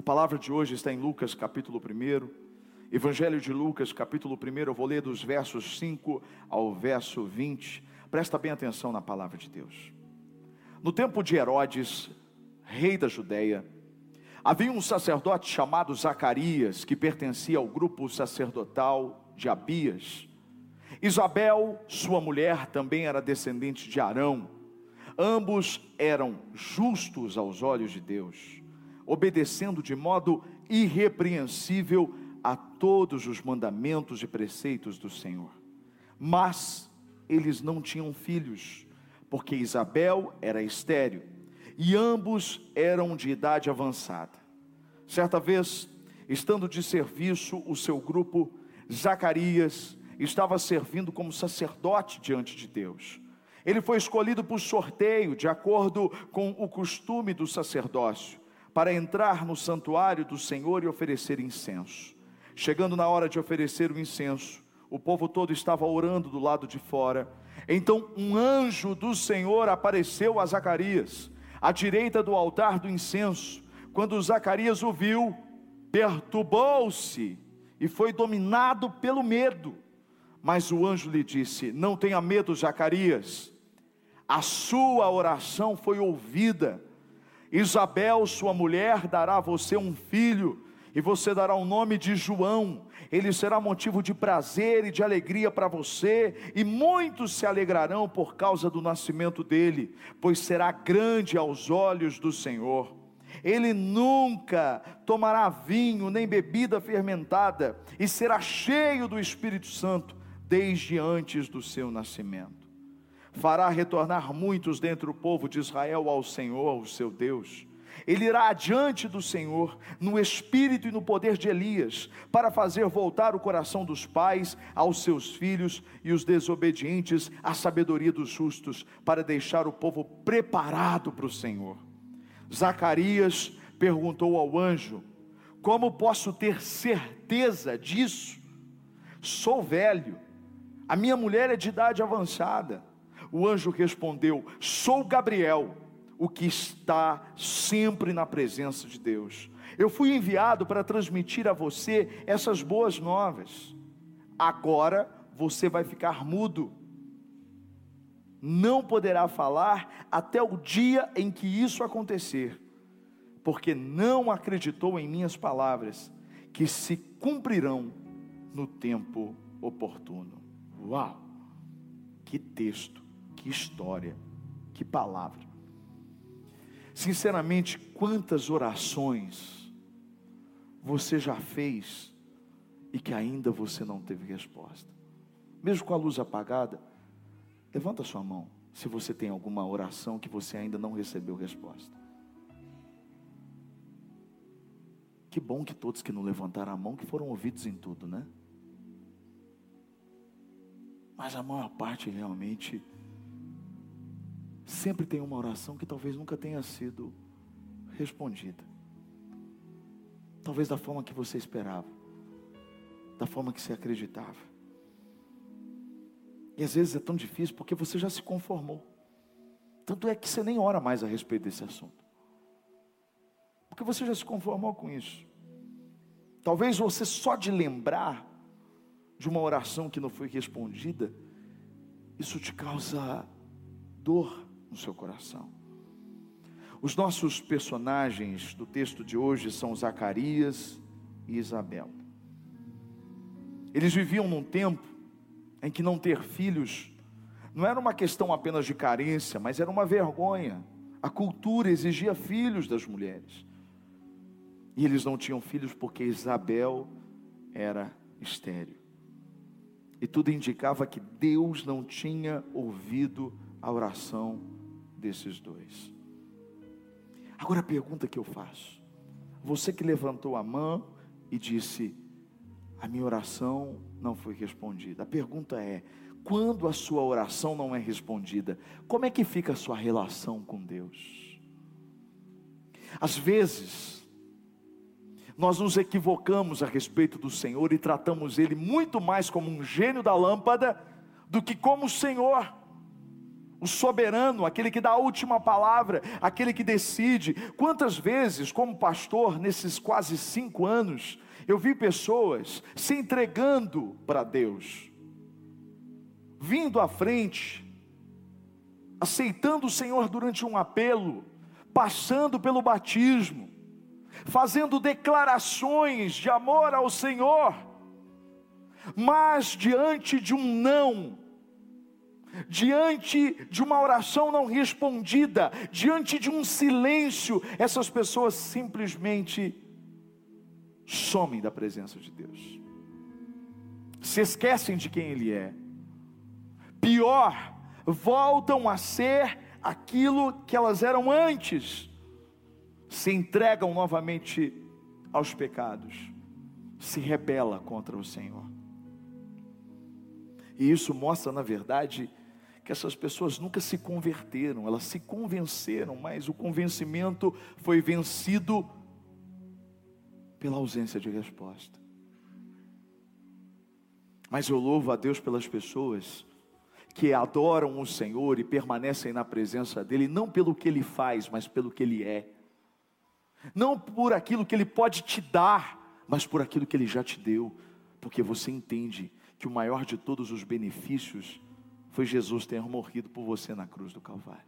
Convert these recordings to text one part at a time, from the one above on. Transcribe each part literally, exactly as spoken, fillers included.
A palavra de hoje está em Lucas capítulo um, Evangelho de Lucas capítulo um, eu vou ler dos versos cinco ao verso vinte, presta bem atenção na palavra de Deus. No tempo de Herodes, rei da Judeia, havia um sacerdote chamado Zacarias, que pertencia ao grupo sacerdotal de Abias. Isabel, sua mulher, também era descendente de Arão. Ambos eram justos aos olhos de Deus, obedecendo de modo irrepreensível a todos os mandamentos e preceitos do Senhor. Mas eles não tinham filhos, porque Isabel era estéril, e ambos eram de idade avançada. Certa vez, estando de serviço o seu grupo, Zacarias estava servindo como sacerdote diante de Deus. Ele foi escolhido por sorteio, de acordo com o costume do sacerdócio, para entrar no santuário do Senhor e oferecer incenso. Chegando na hora de oferecer o incenso, o povo todo estava orando do lado de fora. Então um anjo do Senhor apareceu a Zacarias, à direita do altar do incenso. Quando Zacarias o viu, perturbou-se e foi dominado pelo medo. Mas o anjo lhe disse: não tenha medo, Zacarias, a sua oração foi ouvida. Isabel, sua mulher, dará a você um filho, e você dará o nome de João. Ele será motivo de prazer e de alegria para você, e muitos se alegrarão por causa do nascimento dele, pois será grande aos olhos do Senhor. Ele nunca tomará vinho nem bebida fermentada, e será cheio do Espírito Santo desde antes do seu nascimento. Fará retornar muitos dentre o povo de Israel ao Senhor, o seu Deus. Ele irá adiante do Senhor, no espírito e no poder de Elias, para fazer voltar o coração dos pais aos seus filhos, e os desobedientes à sabedoria dos justos, para deixar o povo preparado para o Senhor. Zacarias perguntou ao anjo: como posso ter certeza disso? Sou velho, a minha mulher é de idade avançada. O anjo respondeu: sou Gabriel, o que está sempre na presença de Deus. Eu fui enviado para transmitir a você essas boas novas. Agora você vai ficar mudo, não poderá falar até o dia em que isso acontecer, porque não acreditou em minhas palavras, que se cumprirão no tempo oportuno. Uau! Que texto! Que história, que palavra. Sinceramente, quantas orações você já fez e que ainda você não teve resposta? Mesmo com a luz apagada, levanta a sua mão se você tem alguma oração que você ainda não recebeu resposta. Que bom que todos que não levantaram a mão, que foram ouvidos em tudo, né? Mas a maior parte realmente sempre tem uma oração que talvez nunca tenha sido respondida. Talvez da forma que você esperava, da forma que você acreditava. E às vezes é tão difícil porque você já se conformou. Tanto é que você nem ora mais a respeito desse assunto, porque você já se conformou com isso. Talvez você, só de lembrar de uma oração que não foi respondida, isso te causa dor no seu coração. Os nossos personagens do texto de hoje são Zacarias e Isabel. Eles viviam num tempo em que não ter filhos não era uma questão apenas de carência, mas era uma vergonha. A cultura exigia filhos das mulheres, e eles não tinham filhos porque Isabel era estéril, e tudo indicava que Deus não tinha ouvido a oração desses dois. Agora a pergunta que eu faço: você que levantou a mão e disse: a minha oração não foi respondida. A pergunta é: quando a sua oração não é respondida, como é que fica a sua relação com Deus? Às vezes nós nos equivocamos a respeito do Senhor e tratamos Ele muito mais como um gênio da lâmpada do que como o Senhor. o soberano, aquele que dá a última palavra, aquele que decide. Quantas vezes, como pastor, nesses quase cinco anos, eu vi pessoas se entregando para Deus, vindo à frente, aceitando o Senhor durante um apelo, passando pelo batismo, fazendo declarações de amor ao Senhor, mas diante de um não, diante de uma oração não respondida, diante de um silêncio, essas pessoas simplesmente somem da presença de Deus, se esquecem de quem Ele é. Pior, voltam a ser aquilo que elas eram antes, se entregam novamente aos pecados, se rebela contra o Senhor. E isso mostra, na verdade, que essas pessoas nunca se converteram, elas se convenceram, mas o convencimento foi vencido pela ausência de resposta. Mas eu louvo a Deus pelas pessoas que adoram o Senhor e permanecem na presença dEle, não pelo que Ele faz, mas pelo que Ele é. Não por aquilo que Ele pode te dar, mas por aquilo que Ele já te deu. Porque você entende que o maior de todos os benefícios foi Jesus ter morrido por você na cruz do Calvário.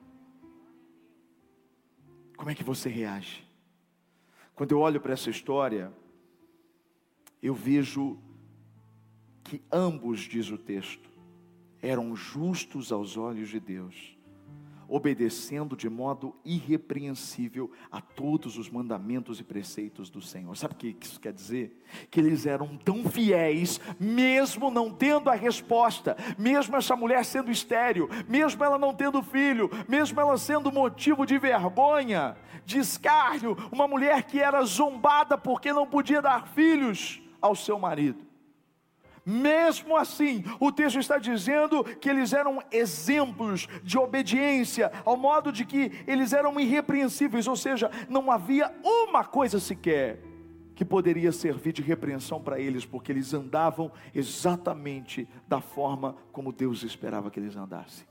Como é que você reage? Quando eu olho para essa história, eu vejo que ambos, diz o texto, eram justos aos olhos de Deus, obedecendo de modo irrepreensível a todos os mandamentos e preceitos do Senhor. Sabe o que isso quer dizer? Que eles eram tão fiéis, mesmo não tendo a resposta, mesmo essa mulher sendo estéril, mesmo ela não tendo filho, mesmo ela sendo motivo de vergonha, de escárnio, uma mulher que era zombada porque não podia dar filhos ao seu marido. Mesmo assim, o texto está dizendo que eles eram exemplos de obediência, ao modo de que eles eram irrepreensíveis, ou seja, não havia uma coisa sequer que poderia servir de repreensão para eles, porque eles andavam exatamente da forma como Deus esperava que eles andassem.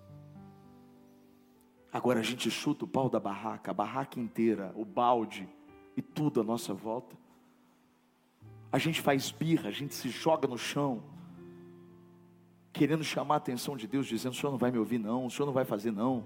Agora a gente chuta o pau da barraca, a barraca inteira, o balde e tudo à nossa volta. A gente faz birra, a gente se joga no chão, querendo chamar a atenção de Deus, dizendo: o Senhor não vai me ouvir não, o Senhor não vai fazer não.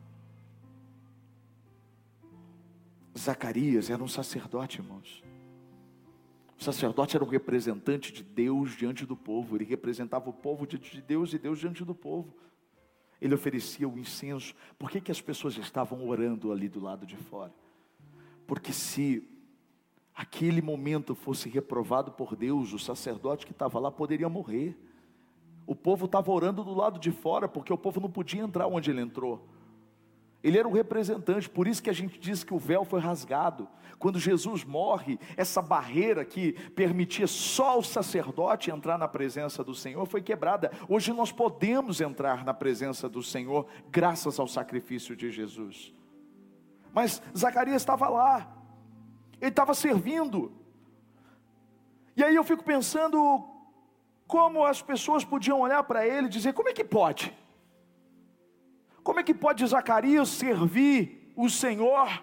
Zacarias era um sacerdote, irmãos. O sacerdote era um representante de Deus diante do povo. Ele representava o povo diante de Deus e Deus diante do povo. Ele oferecia o incenso. Por que que as pessoas estavam orando ali do lado de fora? Porque se aquele momento fosse reprovado por Deus, o sacerdote que estava lá poderia morrer. O povo estava orando do lado de fora, porque o povo não podia entrar onde ele entrou. Ele era o representante, por isso que a gente diz que o véu foi rasgado. Quando Jesus morre, essa barreira que permitia só o sacerdote entrar na presença do Senhor foi quebrada. Hoje nós podemos entrar na presença do Senhor, graças ao sacrifício de Jesus. Mas Zacarias estava lá, ele estava servindo. E aí eu fico pensando como as pessoas podiam olhar para ele e dizer: como é que pode? Como é que pode Zacarias servir o Senhor,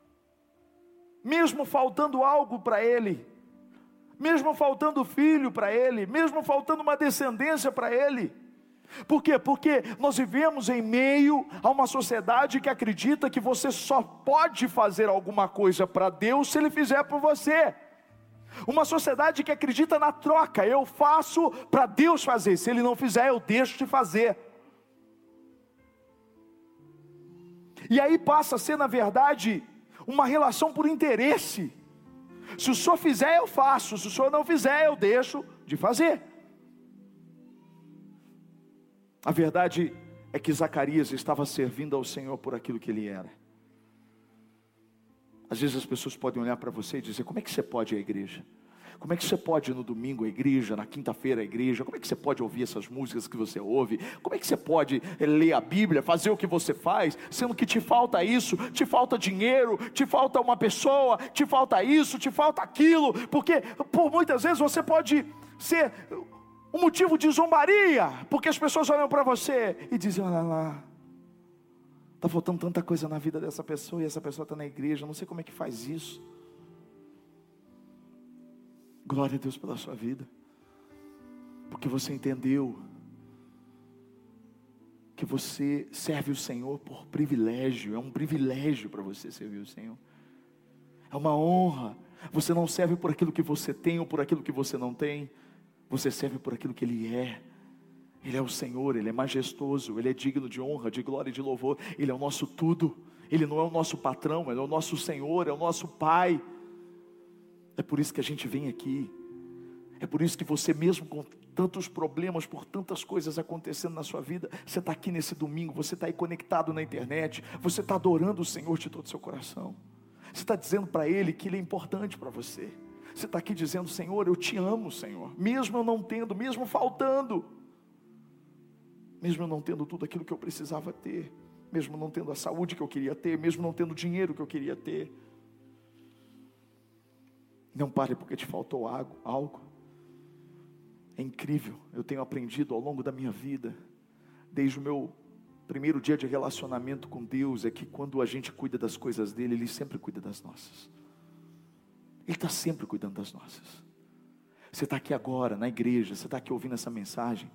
mesmo faltando algo para ele, mesmo faltando filho para ele, mesmo faltando uma descendência para ele? Por quê? Porque nós vivemos em meio a uma sociedade que acredita que você só pode fazer alguma coisa para Deus se Ele fizer por você. Uma sociedade que acredita na troca: eu faço para Deus fazer, se Ele não fizer eu deixo de fazer. E aí passa a ser, na verdade, uma relação por interesse. Se o Senhor fizer eu faço, se o Senhor não fizer eu deixo de fazer. A verdade é que Zacarias estava servindo ao Senhor por aquilo que ele era. Às vezes as pessoas podem olhar para você e dizer: como é que você pode ir à igreja? Como é que você pode ir no domingo à igreja, na quinta-feira à igreja? Como é que você pode ouvir essas músicas que você ouve? Como é que você pode ler a Bíblia, fazer o que você faz, sendo que te falta isso, te falta dinheiro, te falta uma pessoa, te falta isso, te falta aquilo? Porque por muitas vezes você pode ser um motivo de zombaria, porque as pessoas olham para você e dizem: olha lá, está faltando tanta coisa na vida dessa pessoa, e essa pessoa está na igreja, não sei como é que faz isso. Glória a Deus pela sua vida, porque você entendeu que você serve o Senhor por privilégio. É um privilégio para você servir o Senhor, é uma honra. Você não serve por aquilo que você tem ou por aquilo que você não tem, você serve por aquilo que Ele é. Ele é o Senhor, Ele é majestoso, Ele é digno de honra, de glória e de louvor. Ele é o nosso tudo. Ele não é o nosso patrão, Ele é o nosso Senhor, é o nosso Pai. É por isso que a gente vem aqui. É por isso que você, mesmo com tantos problemas, por tantas coisas acontecendo na sua vida, você está aqui nesse domingo, você está aí conectado na internet, você está adorando o Senhor de todo o seu coração. Você está dizendo para Ele que Ele é importante para você. Você está aqui dizendo: Senhor, eu te amo, Senhor, mesmo eu não tendo, mesmo faltando, mesmo eu não tendo tudo aquilo que eu precisava ter, mesmo não tendo a saúde que eu queria ter, mesmo não tendo o dinheiro que eu queria ter. Não pare porque te faltou algo. É incrível, eu tenho aprendido ao longo da minha vida, desde o meu primeiro dia de relacionamento com Deus, é que quando a gente cuida das coisas dEle, Ele sempre cuida das nossas. Ele está sempre cuidando das nossas. Você está aqui agora, na igreja, você está aqui ouvindo essa mensagem,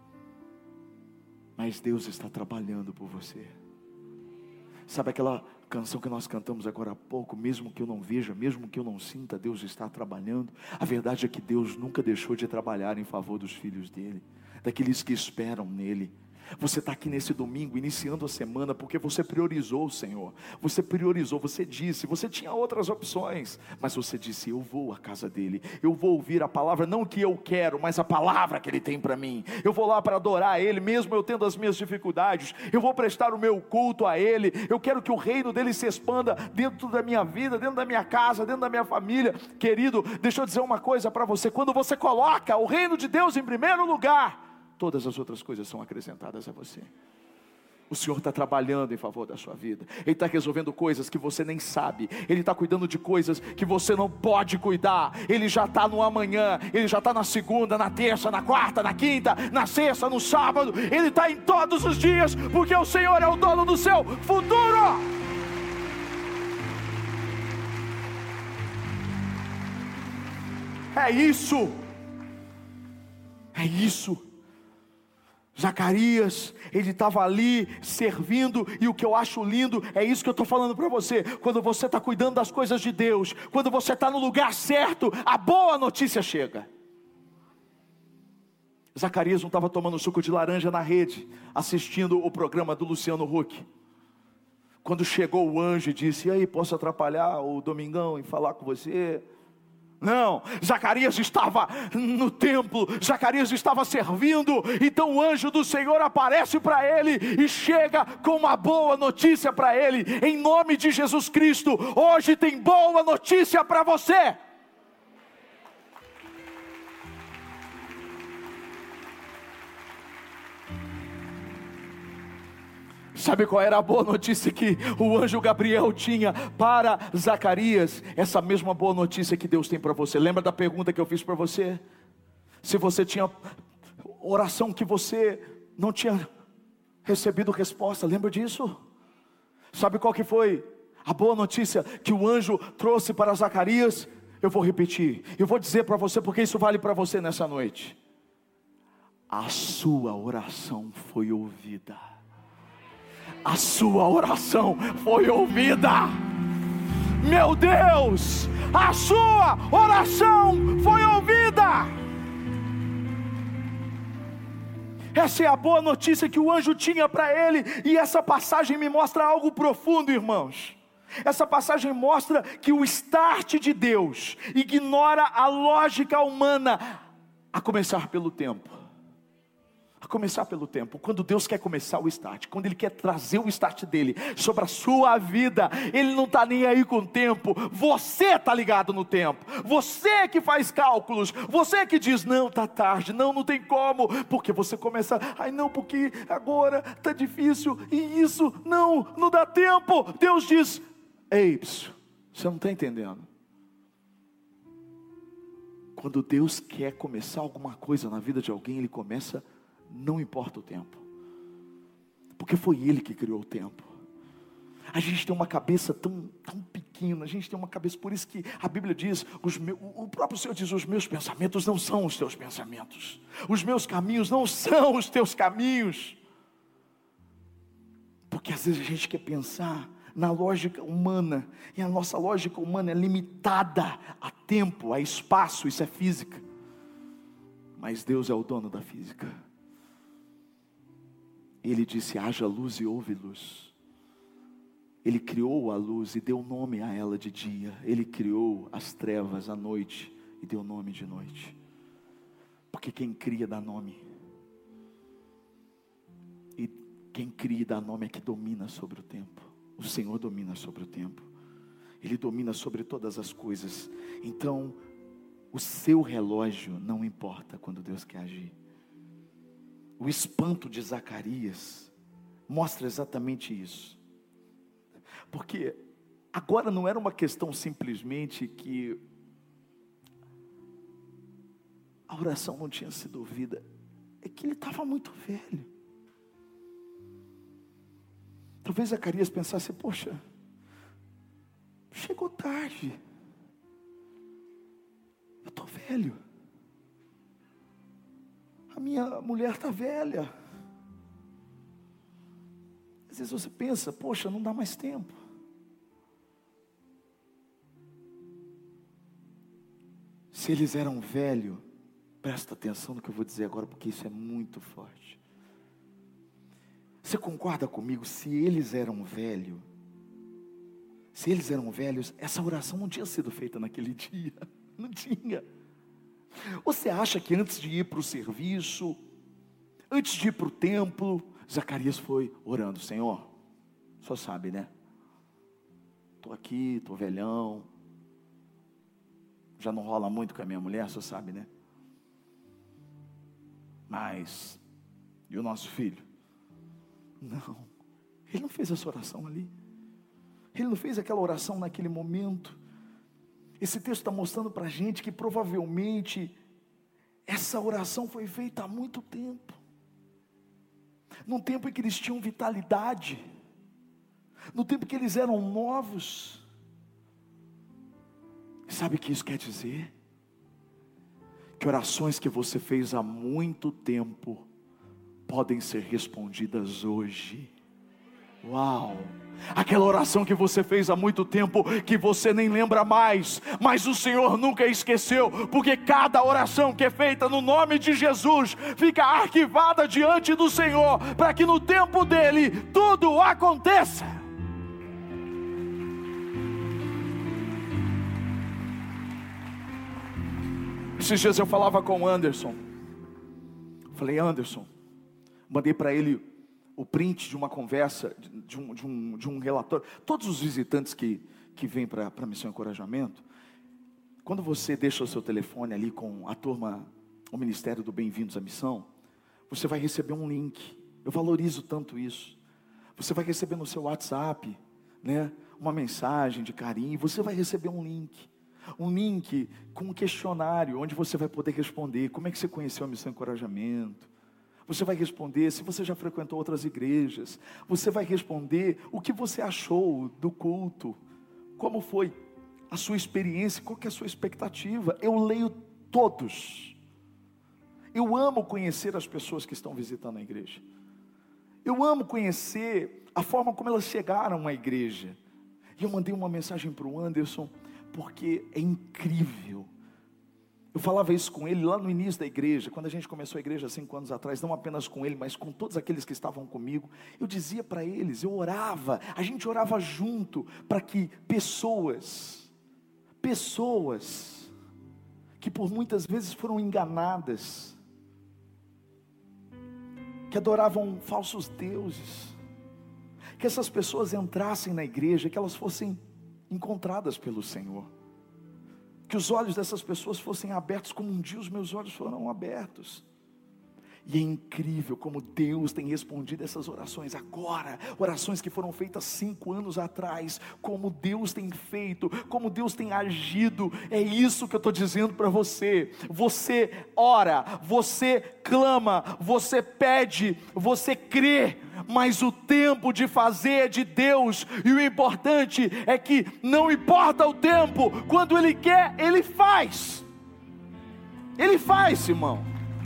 mas Deus está trabalhando por você. Sabe aquela canção que nós cantamos agora há pouco? Mesmo que eu não veja, mesmo que eu não sinta, Deus está trabalhando. A verdade é que Deus nunca deixou de trabalhar em favor dos filhos dEle, daqueles que esperam nele. Você está aqui nesse domingo, iniciando a semana, porque você priorizou o Senhor. Você priorizou, você disse, você tinha outras opções, mas você disse: eu vou à casa dEle, eu vou ouvir a palavra, não que eu quero, mas a palavra que Ele tem para mim. Eu vou lá para adorar Ele, mesmo eu tendo as minhas dificuldades. Eu vou prestar o meu culto a Ele. Eu quero que o reino dEle se expanda dentro da minha vida, dentro da minha casa, dentro da minha família. Querido, deixa eu dizer uma coisa para você: quando você coloca o reino de Deus em primeiro lugar, todas as outras coisas são acrescentadas a você. O Senhor está trabalhando em favor da sua vida. Ele está resolvendo coisas que você nem sabe. Ele está cuidando de coisas que você não pode cuidar. Ele já está no amanhã. Ele já está na segunda, na terça, na quarta, na quinta, na sexta, no sábado. Ele está em todos os dias, porque o Senhor é o dono do seu futuro. É isso. É isso. Zacarias, ele estava ali servindo, e o que eu acho lindo é isso que eu estou falando para você. Quando você está cuidando das coisas de Deus, quando você está no lugar certo, a boa notícia chega. Zacarias não estava tomando suco de laranja na rede, assistindo o programa do Luciano Huck, quando chegou o anjo e disse: e aí, posso atrapalhar o domingão em falar com você? Não, Zacarias estava no templo, Zacarias estava servindo. Então o anjo do Senhor aparece para ele e chega com uma boa notícia para ele. Em nome de Jesus Cristo, hoje tem boa notícia para você. Sabe qual era a boa notícia que o anjo Gabriel tinha para Zacarias? Essa mesma boa notícia que Deus tem para você. Lembra da pergunta que eu fiz para você? Se você tinha oração que você não tinha recebido resposta, lembra disso? Sabe qual que foi a boa notícia que o anjo trouxe para Zacarias? Eu vou repetir, eu vou dizer para você, porque isso vale para você nessa noite. A sua oração foi ouvida. A sua oração foi ouvida. Meu Deus, a sua oração foi ouvida. Essa é a boa notícia que o anjo tinha para ele. E essa passagem me mostra algo profundo, irmãos. Essa passagem mostra que o start de Deus ignora a lógica humana, a começar pelo tempo. A começar pelo tempo. Quando Deus quer começar o start, quando Ele quer trazer o start dEle sobre a sua vida, Ele não está nem aí com o tempo. Você está ligado no tempo. Você que faz cálculos. Você que diz: não, está tarde, não, não tem como. Porque você começa: ai não, porque agora está difícil. E isso, não, não dá tempo. Deus diz: ei, você não está entendendo. Quando Deus quer começar alguma coisa na vida de alguém, Ele começa, não importa o tempo, porque foi Ele que criou o tempo. A gente tem uma cabeça tão, tão pequena, a gente tem uma cabeça, por isso que a Bíblia diz, os meus, o próprio Senhor diz, os meus pensamentos não são os teus pensamentos, os meus caminhos não são os teus caminhos, porque às vezes a gente quer pensar na lógica humana, e a nossa lógica humana é limitada a tempo, a espaço, isso é física, mas Deus é o dono da física. Ele disse, haja luz e houve luz. Ele criou a luz e deu nome a ela de dia. Ele criou as trevas à noite e deu nome de noite. Porque quem cria dá nome. E quem cria e dá nome é que domina sobre o tempo. O Senhor domina sobre o tempo. Ele domina sobre todas as coisas. Então, o seu relógio não importa quando Deus quer agir. O espanto de Zacarias mostra exatamente isso. Porque agora não era uma questão simplesmente que a oração não tinha sido ouvida, é que ele estava muito velho. Talvez Zacarias pensasse, poxa, chegou tarde, eu estou velho, a minha mulher está velha. Às vezes você pensa, poxa, não dá mais tempo. Se eles eram velhos, presta atenção no que eu vou dizer agora, porque isso é muito forte. Você concorda comigo? Se eles eram velhos, se eles eram velhos, essa oração não tinha sido feita naquele dia, não tinha. Você acha que antes de ir para o serviço, antes de ir para o templo, Zacarias foi orando, Senhor, só sabe, né? Estou aqui, estou velhão, já não rola muito com a minha mulher, só sabe, né? Mas, e o nosso filho? Não, ele não fez essa oração ali, ele não fez aquela oração naquele momento. Esse texto está mostrando para a gente que provavelmente essa oração foi feita há muito tempo, num tempo em que eles tinham vitalidade, no tempo que eles eram novos. Sabe o que isso quer dizer? Que orações que você fez há muito tempo podem ser respondidas hoje. Uau! Aquela oração que você fez há muito tempo, que você nem lembra mais, mas o Senhor nunca esqueceu, porque cada oração que é feita no nome de Jesus, fica arquivada diante do Senhor, para que no tempo dEle, tudo aconteça. Esses dias eu falava com o Anderson, falei, Anderson, mandei para ele o print de uma conversa, de um, de um, de um relatório. Todos os visitantes que, que vêm para a Missão Encorajamento, quando você deixa o seu telefone ali com a turma, o Ministério do Bem-vindos à Missão, você vai receber um link. Eu valorizo tanto isso. Você vai receber no seu WhatsApp, né, uma mensagem de carinho, você vai receber um link. Um link com um questionário, onde você vai poder responder, como é que você conheceu a Missão Encorajamento. Você vai responder se você já frequentou outras igrejas. Você vai responder o que você achou do culto. Como foi a sua experiência, qual que é a sua expectativa. Eu leio todos. Eu amo conhecer as pessoas que estão visitando a igreja. Eu amo conhecer a forma como elas chegaram à igreja. E eu mandei uma mensagem para o Anderson, porque é incrível. Eu falava isso com ele lá no início da igreja, quando a gente começou a igreja há cinco anos atrás, não apenas com ele, mas com todos aqueles que estavam comigo. Eu dizia para eles, eu orava, a gente orava junto, para que pessoas, pessoas, que por muitas vezes foram enganadas, que adoravam falsos deuses, que essas pessoas entrassem na igreja, que elas fossem encontradas pelo Senhor, que os olhos dessas pessoas fossem abertos como um dia os meus olhos foram abertos, E é incrível como Deus tem respondido essas orações agora, orações que foram feitas cinco anos atrás, como Deus tem feito, como Deus tem agido. É isso que eu estou dizendo para você. Você ora, você clama, você pede, você crê, mas o tempo de fazer é de Deus, e o importante é que não importa o tempo, quando Ele quer, Ele faz. Ele faz, irmão.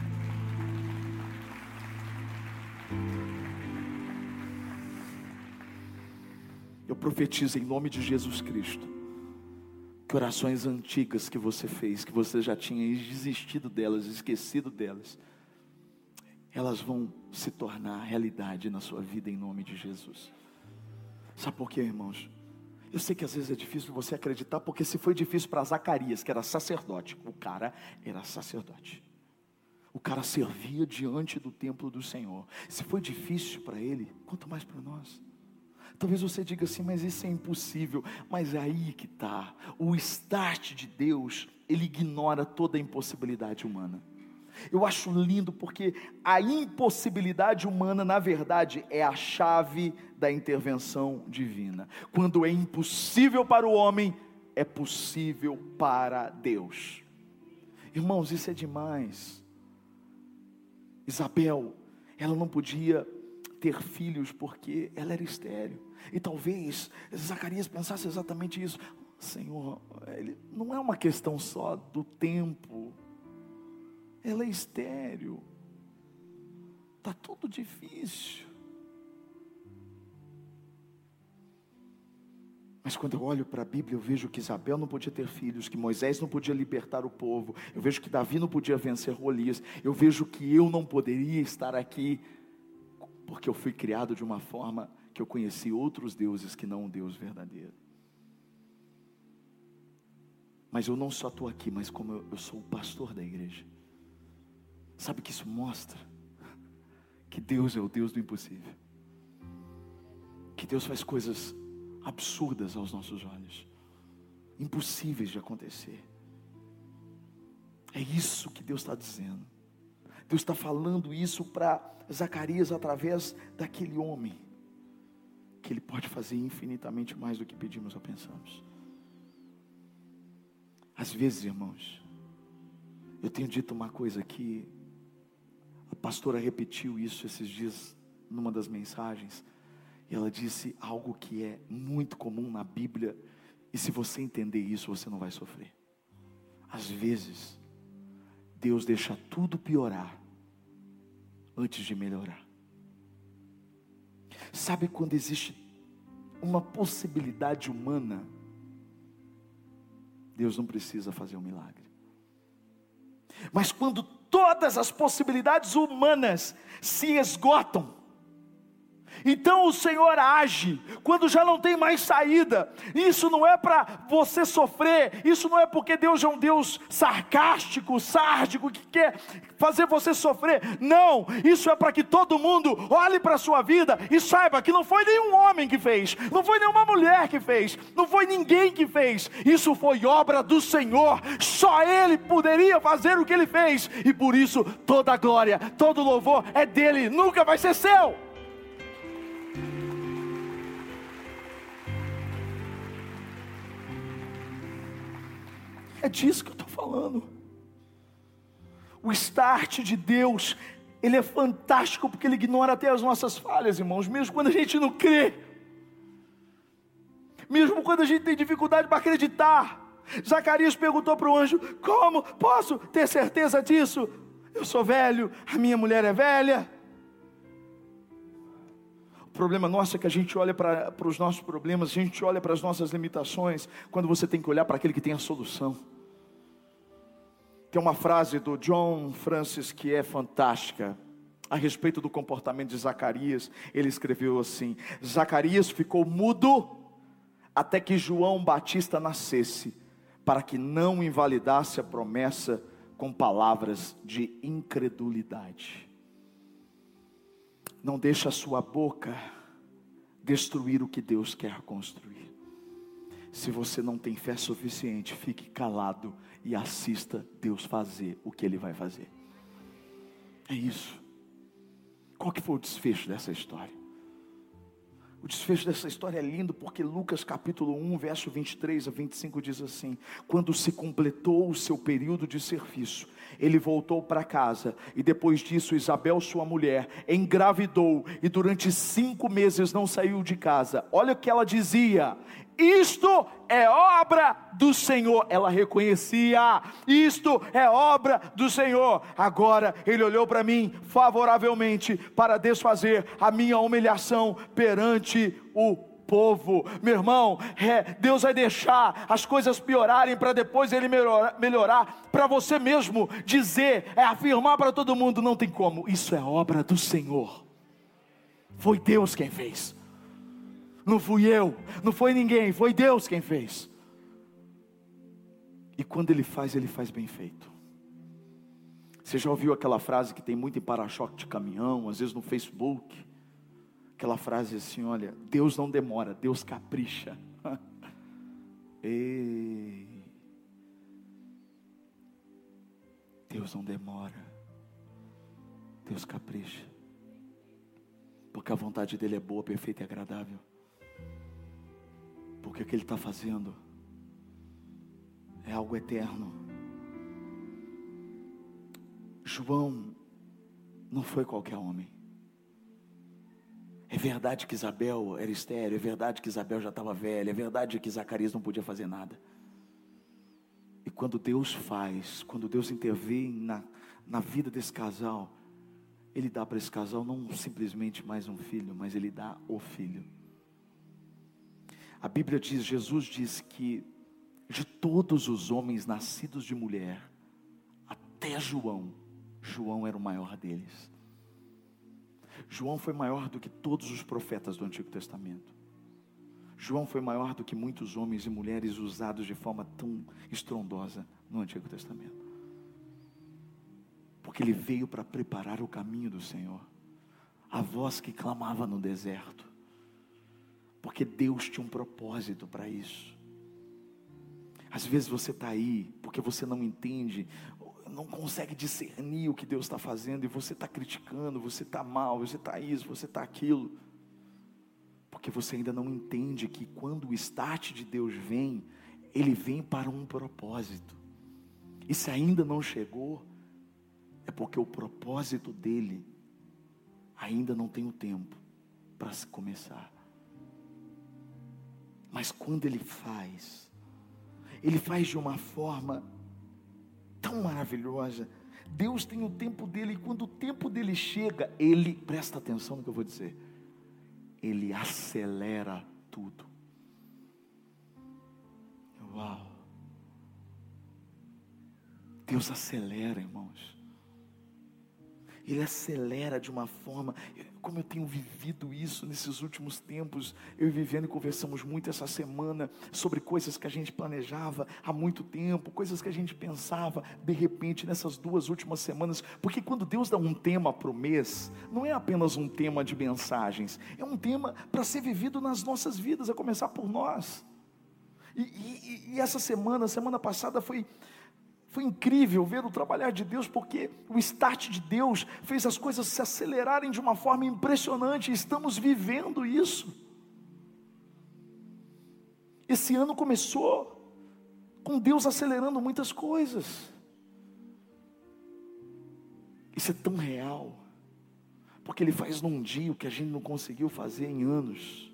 Eu profetizo em nome de Jesus Cristo, que orações antigas que você fez, que você já tinha desistido delas, esquecido delas, elas vão se tornar realidade na sua vida em nome de Jesus. Sabe por quê, irmãos? Eu sei que às vezes é difícil você acreditar, porque se foi difícil para Zacarias, que era sacerdote, o cara era sacerdote, o cara servia diante do templo do Senhor. Se foi difícil para ele, quanto mais para nós. Talvez você diga assim, mas isso é impossível. Mas é aí que está. O start de Deus, Ele ignora toda a impossibilidade humana. Eu acho lindo porque a impossibilidade humana, na verdade, é a chave da intervenção divina. Quando é impossível para o homem, é possível para Deus. Irmãos, isso é demais. Isabel, ela não podia ter filhos porque ela era estéril. E talvez Zacarias pensasse exatamente isso. Senhor, ele, não é uma questão só do tempo. Ela é estéril. Está tudo difícil. Mas quando eu olho para a Bíblia, eu vejo que Isabel não podia ter filhos, que Moisés não podia libertar o povo, eu vejo que Davi não podia vencer Golias, eu vejo que eu não poderia estar aqui, porque eu fui criado de uma forma que eu conheci outros deuses que não o Deus verdadeiro. Mas eu não só estou aqui, mas como eu, eu sou o pastor da igreja. Sabe o que isso mostra? Que Deus é o Deus do impossível. Que Deus faz coisas absurdas aos nossos olhos, impossíveis de acontecer. É isso que Deus está dizendo. Deus está falando isso para Zacarias através daquele homem, que Ele pode fazer infinitamente mais do que pedimos ou pensamos. Às vezes, irmãos, eu tenho dito uma coisa que a pastora repetiu isso esses dias numa das mensagens, e ela disse algo que é muito comum na Bíblia, e se você entender isso, você não vai sofrer. Às vezes, Deus deixa tudo piorar antes de melhorar. Sabe quando existe uma possibilidade humana, Deus não precisa fazer um milagre. Mas quando todas as possibilidades humanas se esgotam, então o Senhor age, quando já não tem mais saída. Isso não é para você sofrer, isso não é porque Deus é um Deus sarcástico, sárdico, que quer fazer você sofrer. Não, isso é para que todo mundo olhe para a sua vida e saiba que não foi nenhum homem que fez, não foi nenhuma mulher que fez, não foi ninguém que fez, isso foi obra do Senhor. Só Ele poderia fazer o que Ele fez, e por isso toda a glória, todo louvor é dEle, nunca vai ser seu. É disso que eu estou falando. O start de Deus, Ele é fantástico, porque Ele ignora até as nossas falhas, irmãos, mesmo quando a gente não crê, mesmo quando a gente tem dificuldade para acreditar. Zacarias perguntou para o anjo: como posso ter certeza disso? Eu sou velho, a minha mulher é velha. O problema nosso é que a gente olha para, para os nossos problemas, a gente olha para as nossas limitações, quando você tem que olhar para aquele que tem a solução. Tem uma frase do John Francis que é fantástica, a respeito do comportamento de Zacarias. Ele escreveu assim: Zacarias ficou mudo até que João Batista nascesse, para que não invalidasse a promessa com palavras de incredulidade. Não deixe a sua boca destruir o que Deus quer construir. Se você não tem fé suficiente, fique calado e assista Deus fazer o que Ele vai fazer. É isso. Qual que foi o desfecho dessa história? O desfecho dessa história é lindo, porque Lucas capítulo um, verso vinte e três a vinte e cinco diz assim: quando se completou o seu período de serviço, ele voltou para casa, e depois disso Isabel, sua mulher, engravidou, e durante cinco meses não saiu de casa. Olha o que ela dizia: isto é obra do Senhor. Ela reconhecia: isto é obra do Senhor. Agora ele olhou para mim favoravelmente para desfazer a minha humilhação perante o povo. Meu irmão, é, Deus vai deixar as coisas piorarem para depois ele melhorar, melhorar para você mesmo dizer, é afirmar para todo mundo: não tem como, isso é obra do Senhor. Foi Deus quem fez. Não fui eu, não foi ninguém, foi Deus quem fez. E quando Ele faz, Ele faz bem feito. Você já ouviu aquela frase que tem muito em para-choque de caminhão, às vezes no Facebook? Aquela frase assim: olha, Deus não demora, Deus capricha. Ei, Deus não demora, Deus capricha. Porque a vontade dEle é boa, perfeita e agradável. Porque o que Ele está fazendo é algo eterno. João não foi qualquer homem. É verdade que Isabel era estéril, é verdade que Isabel já estava velha, é verdade que Zacarias não podia fazer nada. E quando Deus faz, quando Deus intervém na, na vida desse casal, Ele dá para esse casal não simplesmente mais um filho, mas Ele dá o filho. A Bíblia diz, Jesus diz que de todos os homens nascidos de mulher, até João, João era o maior deles. João foi maior do que todos os profetas do Antigo Testamento. João foi maior do que muitos homens e mulheres usados de forma tão estrondosa no Antigo Testamento. Porque ele veio para preparar o caminho do Senhor. A voz que clamava no deserto. Porque Deus tinha um propósito para isso. Às vezes você está aí, porque você não entende, não consegue discernir o que Deus está fazendo, e você está criticando, você está mal, você está isso, você está aquilo, porque você ainda não entende que quando o start de Deus vem, Ele vem para um propósito, e se ainda não chegou, é porque o propósito dEle ainda não tem o tempo para se começar. Mas quando Ele faz, Ele faz de uma forma tão maravilhosa. Deus tem o tempo dEle, e quando o tempo dEle chega, Ele, presta atenção no que eu vou dizer, Ele acelera tudo. Uau! Deus acelera, irmãos. Ele acelera de uma forma, como eu tenho vivido isso nesses últimos tempos. Eu e Viviane conversamos muito essa semana sobre coisas que a gente planejava há muito tempo, coisas que a gente pensava de repente nessas duas últimas semanas. Porque quando Deus dá um tema para o mês, não é apenas um tema de mensagens, é um tema para ser vivido nas nossas vidas, a começar por nós. E, e, e essa semana, semana passada foi... Foi incrível ver o trabalhar de Deus, porque o start de Deus fez as coisas se acelerarem de uma forma impressionante, e estamos vivendo isso. Esse ano começou com Deus acelerando muitas coisas. Isso é tão real, porque Ele faz num dia o que a gente não conseguiu fazer em anos.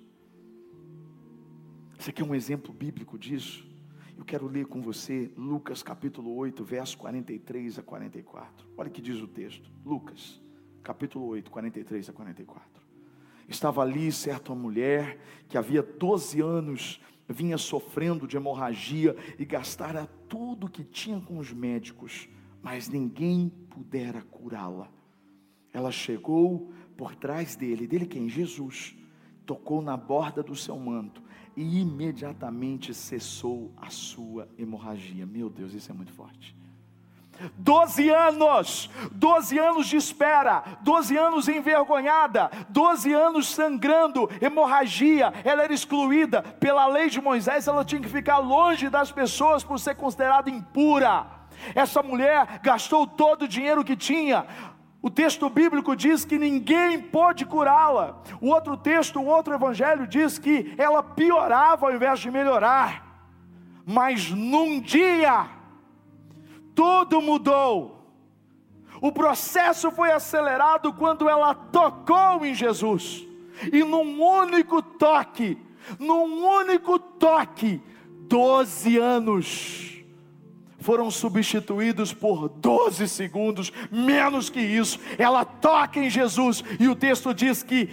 Isso aqui é um exemplo bíblico disso. Eu quero ler com você Lucas capítulo oito, verso quarenta e três a quarenta e quatro. Olha o que diz o texto. Lucas capítulo oito, quarenta e três a quarenta e quatro. Estava ali certa mulher que havia doze anos vinha sofrendo de hemorragia e gastara tudo que tinha com os médicos, mas ninguém pudera curá-la. Ela chegou por trás dele, dele quem? Jesus, tocou na borda do seu manto e imediatamente cessou a sua hemorragia. Meu Deus, isso é muito forte. Doze anos, doze anos de espera, doze anos envergonhada, doze anos sangrando, hemorragia. Ela era excluída pela lei de Moisés, ela tinha que ficar longe das pessoas por ser considerada impura. Essa mulher gastou todo o dinheiro que tinha. O texto bíblico diz que ninguém pôde curá-la. O outro texto, o outro evangelho diz que ela piorava ao invés de melhorar. Mas num dia, tudo mudou. O processo foi acelerado quando ela tocou em Jesus. E num único toque, num único toque, doze anos foram substituídos por doze segundos, menos que isso. Ela toca em Jesus e o texto diz que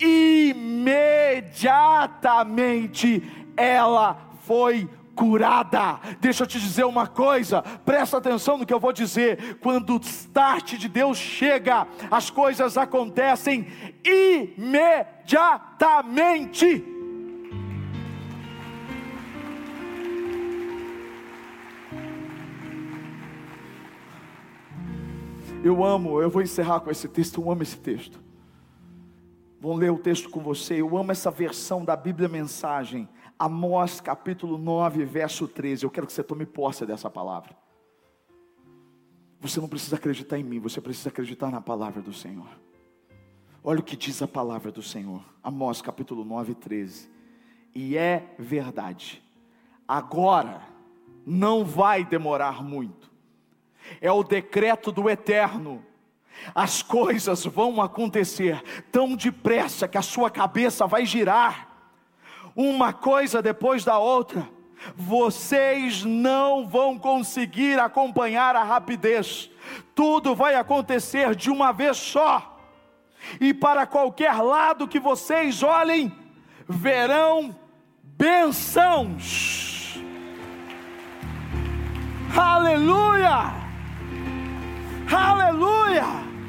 imediatamente ela foi curada. Deixa eu te dizer uma coisa, presta atenção no que eu vou dizer. Quando o start de Deus chega, as coisas acontecem imediatamente. Eu amo, eu vou encerrar com esse texto, eu amo esse texto. Vou ler o texto com você. Eu amo essa versão da Bíblia Mensagem, Amós capítulo nove, verso treze. Eu quero que você tome posse dessa palavra. Você não precisa acreditar em mim, você precisa acreditar na palavra do Senhor. Olha o que diz a palavra do Senhor, Amós capítulo nove, treze. E é verdade, agora não vai demorar muito. É o decreto do Eterno. As coisas vão acontecer tão depressa que a sua cabeça vai girar, uma coisa depois da outra. Vocês não vão conseguir acompanhar a rapidez. Tudo vai acontecer de uma vez só. E para qualquer lado que vocês olhem, verão bênçãos. Aleluia! Aleluia!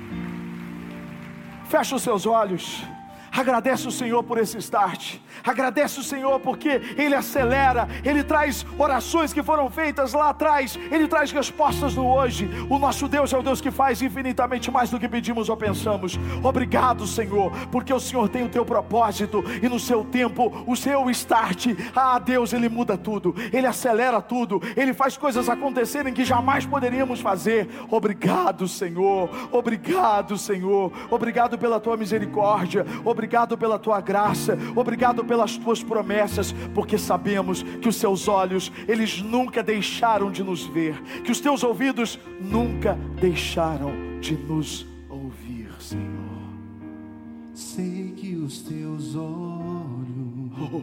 Fecha os seus olhos. Agradece o Senhor por esse start. Agradece o Senhor porque Ele acelera. Ele traz orações que foram feitas lá atrás. Ele traz respostas no hoje. O nosso Deus é o Deus que faz infinitamente mais do que pedimos ou pensamos. Obrigado, Senhor, porque o Senhor tem o teu propósito. E no seu tempo, o seu start. Ah, Deus, Ele muda tudo. Ele acelera tudo. Ele faz coisas acontecerem que jamais poderíamos fazer. Obrigado, Senhor. Obrigado, Senhor. Obrigado pela tua misericórdia. Obrigado pela tua graça. Obrigado pelas tuas promessas, porque sabemos que os seus olhos, eles nunca deixaram de nos ver, que os teus ouvidos nunca deixaram de nos ouvir, Senhor. Sei que os teus olhos, oh,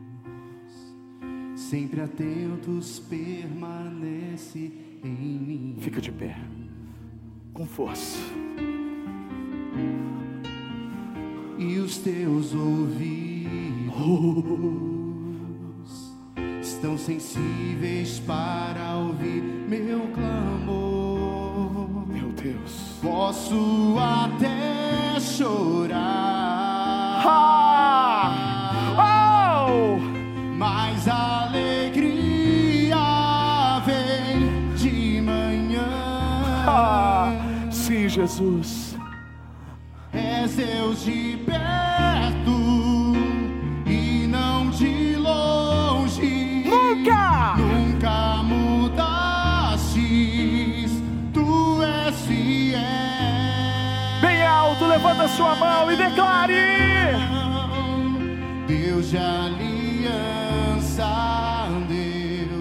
sempre atentos, permanecem em mim. Fica de pé, com força. E os teus ouvidos estão sensíveis para ouvir meu clamor. Meu Deus, posso até chorar, ah! Oh! mas a alegria vem de manhã. Ah! Sim, Jesus. És Deus de perto e não de longe. Nunca, nunca mudastes. Tu és fiel. Bem alto, levanta a sua mão e declare: Deus de aliança, Deus.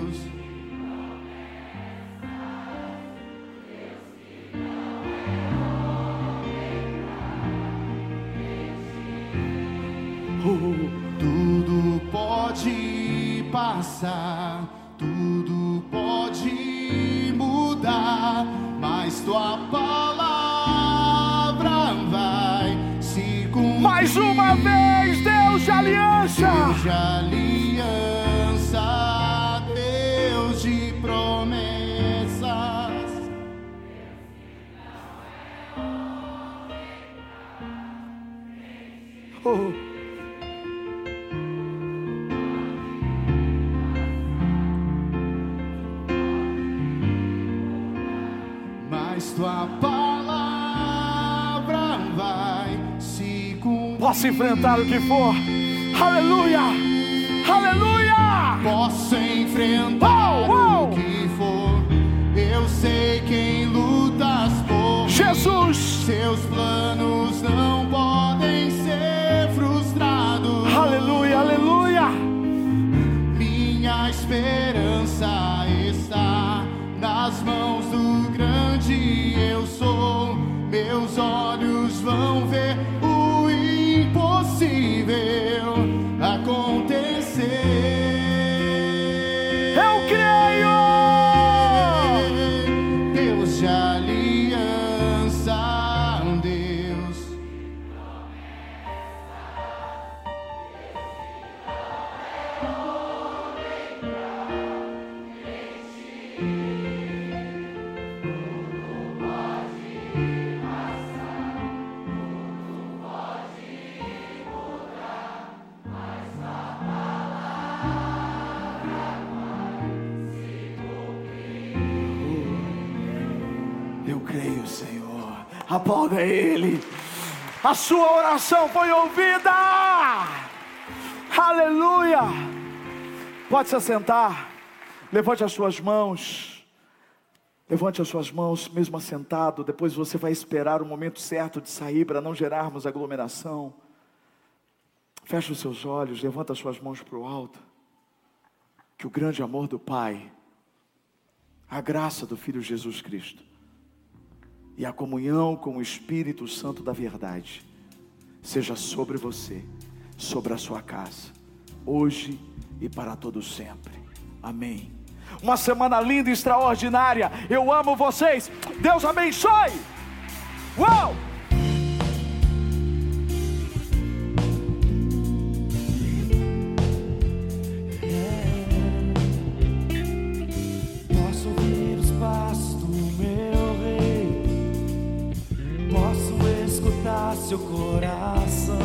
Tudo pode passar, tudo pode mudar, mas tua palavra vai se cumprir. Mais uma vez, Deus de aliança, Deus de aliança, Deus de promessas. Oh. Tua palavra vai se cumprir. Posso enfrentar o que for. Aleluia, aleluia. Posso enfrentar oh, oh. o que for. Eu sei quem lutas por Jesus. Seu planos não podem ser frustrados. Aleluia, aleluia. Minha esperança está nas mãos do grande eu sou. Meus olhos vão ver o impossível acontecer. Eu creio! Deus de aliança, um Deus. Eu creio, Senhor. Aplauda Ele. A sua oração foi ouvida. Aleluia. Pode se assentar. Levante as suas mãos. Levante as suas mãos, mesmo assentado. Depois você vai esperar o momento certo de sair, para não gerarmos aglomeração. Feche os seus olhos. Levanta as suas mãos para o alto. Que o grande amor do Pai, a graça do Filho Jesus Cristo e a comunhão com o Espírito Santo da verdade seja sobre você, sobre a sua casa, hoje e para todo sempre. Amém. Uma semana linda e extraordinária. Eu amo vocês. Deus abençoe. Uau! Posso ouvir os passos do meu rei, posso escutar seu coração.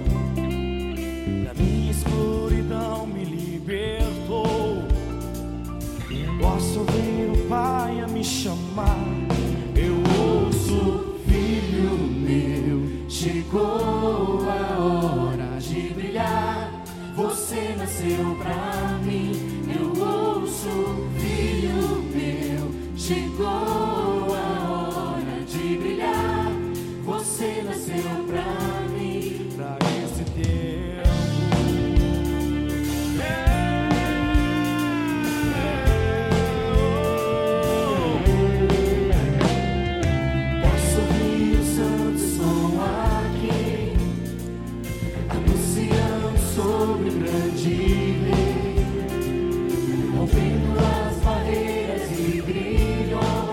Da minha escuridão me libertou. Posso ouvir o Pai a me chamar. Eu ouço, filho meu, chegou a hora de brilhar. Você nasceu pra mim. Eu ouço, filho meu, chegou a hora de brilhar. Você nasceu pra mim. Pra esse tempo Posso ouvir o santo som aqui, anunciando sobre o grande rei, rompendo as barreiras e brilhos.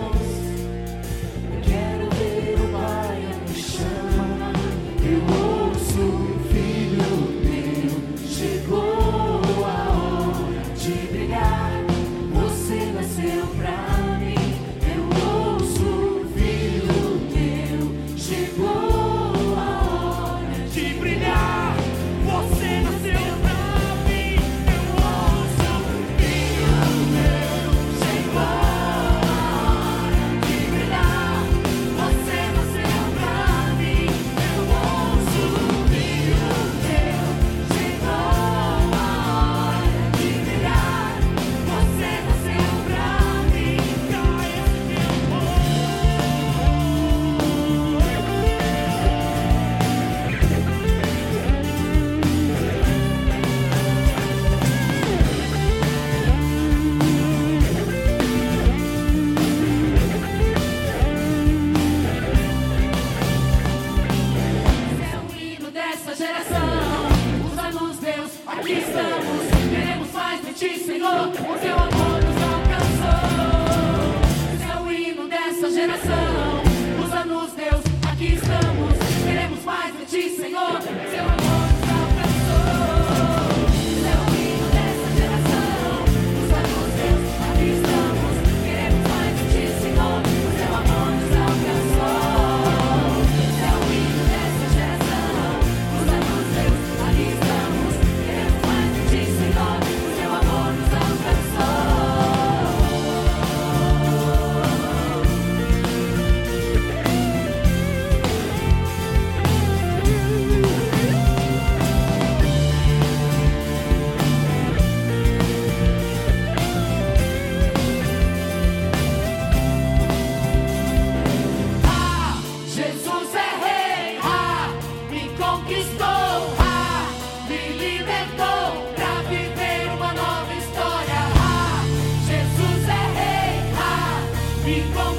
me